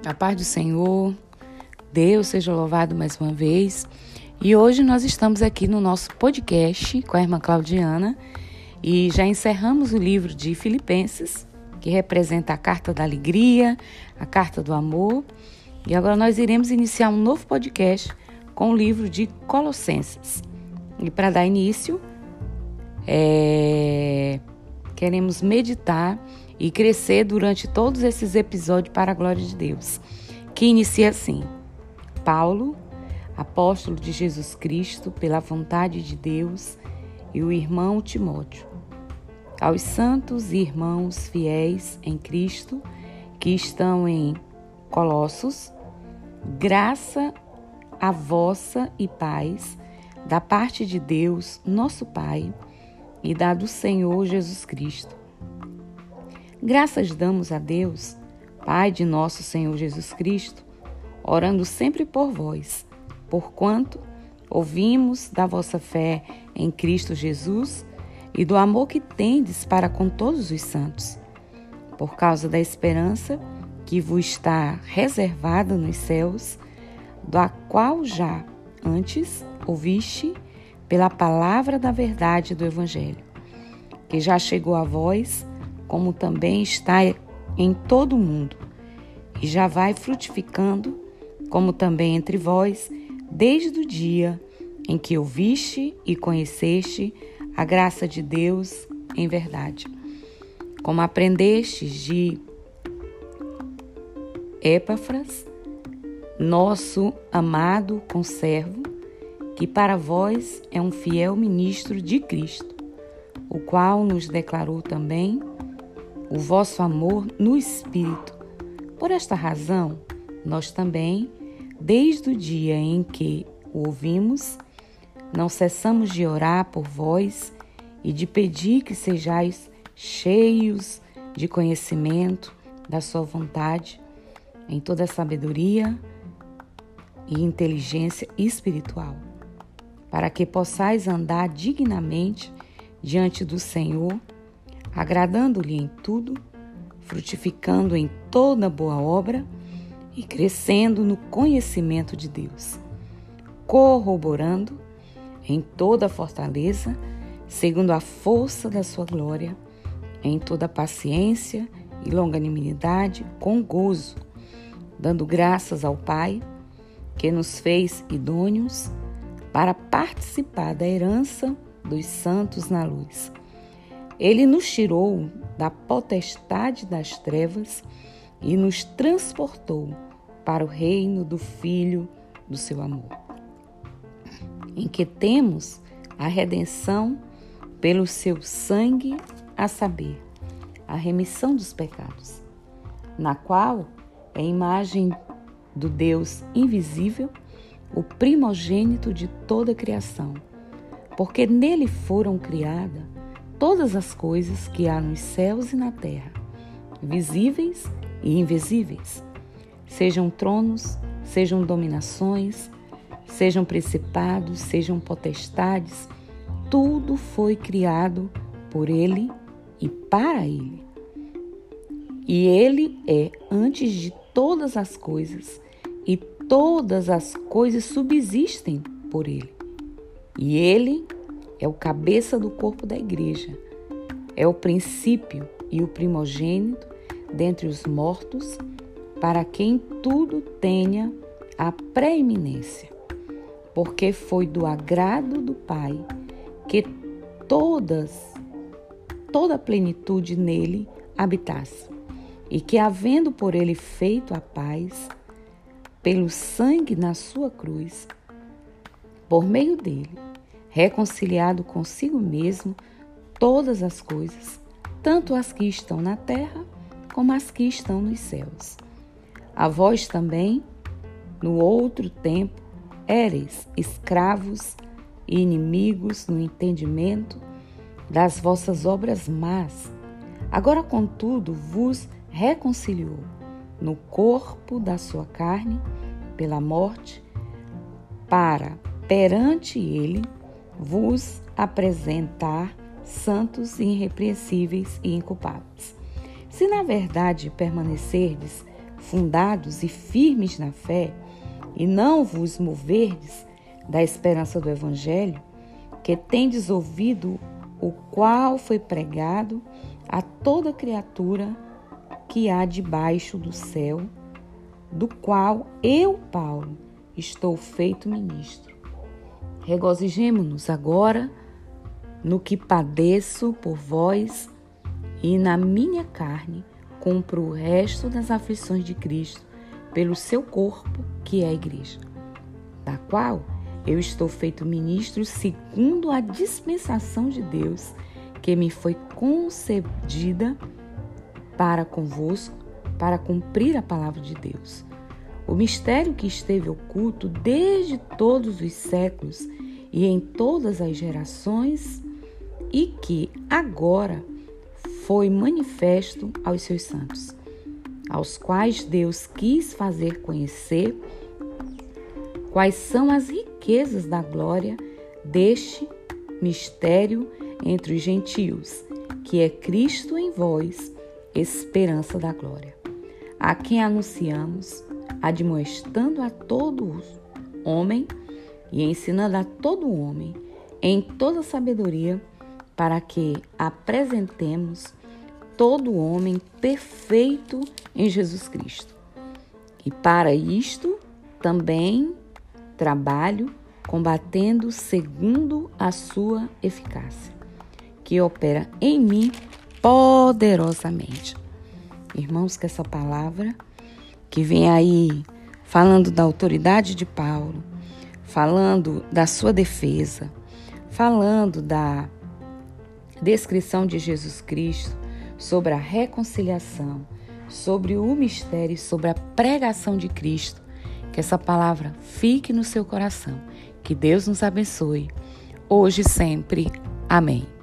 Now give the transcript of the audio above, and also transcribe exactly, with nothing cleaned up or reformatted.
A paz do Senhor, Deus seja louvado mais uma vez. E hoje nós estamos aqui no nosso podcast com a irmã Claudiana e já encerramos o livro de Filipenses, que representa a carta da alegria, a carta do amor. E agora nós iremos iniciar um novo podcast com o livro de Colossenses. E para dar início, é... queremos meditar e crescer durante todos esses episódios para a glória de Deus, que inicia assim: Paulo, apóstolo de Jesus Cristo, pela vontade de Deus, e o irmão Timóteo, aos santos e irmãos fiéis em Cristo, que estão em Colossos, graça a vossa e paz, da parte de Deus, nosso Pai, e da do Senhor Jesus Cristo. Graças damos a Deus, Pai de nosso Senhor Jesus Cristo, orando sempre por vós, porquanto ouvimos da vossa fé em Cristo Jesus e do amor que tendes para com todos os santos, por causa da esperança que vos está reservada nos céus, da qual já antes ouviste pela palavra da verdade do Evangelho, que já chegou a vós, como também está em todo o mundo, e já vai frutificando, como também entre vós, desde o dia em que ouviste e conheceste a graça de Deus em verdade. Como aprendestes de Epáfras, nosso amado conservo, que para vós é um fiel ministro de Cristo, o qual nos declarou também o vosso amor no Espírito. Por esta razão, nós também, desde o dia em que o ouvimos, não cessamos de orar por vós e de pedir que sejais cheios de conhecimento da sua vontade, em toda a sabedoria e inteligência espiritual, para que possais andar dignamente diante do Senhor, agradando-lhe em tudo, frutificando em toda boa obra e crescendo no conhecimento de Deus, corroborando em toda fortaleza, segundo a força da sua glória, em toda paciência e longanimidade, com gozo, dando graças ao Pai, que nos fez idôneos para participar da herança dos santos na luz. Ele nos tirou da potestade das trevas e nos transportou para o reino do Filho do seu amor, em que temos a redenção pelo seu sangue, a saber, a remissão dos pecados, na qual é a imagem do Deus invisível, o primogênito de toda a criação, porque nele foram criadas todas as coisas que há nos céus e na terra, visíveis e invisíveis, sejam tronos, sejam dominações, sejam principados, sejam potestades, tudo foi criado por ele e para ele. E ele é antes de todas as coisas, e todas as coisas subsistem por ele. E ele é o cabeça do corpo da igreja, é o princípio e o primogênito dentre os mortos, para quem tudo tenha a preeminência, porque foi do agrado do Pai que todas, toda a plenitude nele habitasse, e que, havendo por ele feito a paz, pelo sangue na sua cruz, por meio dele, reconciliado consigo mesmo todas as coisas, tanto as que estão na terra como as que estão nos céus. A vós também, no outro tempo, éreis escravos e inimigos no entendimento das vossas obras más. Agora, contudo, vos reconciliou no corpo da sua carne pela morte, para, perante ele, vos apresentar santos, irrepreensíveis e inculpáveis. Se na verdade permanecerdes fundados e firmes na fé, e não vos moverdes da esperança do Evangelho, que tendes ouvido, o qual foi pregado a toda criatura que há debaixo do céu, do qual eu, Paulo, estou feito ministro. Regozijemo-nos agora no que padeço por vós, e na minha carne cumpro o resto das aflições de Cristo pelo seu corpo, que é a igreja, da qual eu estou feito ministro segundo a dispensação de Deus que me foi concedida para convosco, para cumprir a palavra de Deus. O mistério que esteve oculto desde todos os séculos e em todas as gerações, e que agora foi manifesto aos seus santos, aos quais Deus quis fazer conhecer quais são as riquezas da glória deste mistério entre os gentios, que é Cristo em vós, esperança da glória, a quem anunciamos, admoestando a todo homem e ensinando a todo homem em toda sabedoria, para que apresentemos todo homem perfeito em Jesus Cristo. E para isto também trabalho, combatendo segundo a sua eficácia, que opera em mim poderosamente. Irmãos, que essa palavra que vem aí falando da autoridade de Paulo, falando da sua defesa, falando da descrição de Jesus Cristo, sobre a reconciliação, sobre o mistério, sobre a pregação de Cristo, que essa palavra fique no seu coração. Que Deus nos abençoe, hoje e sempre. Amém.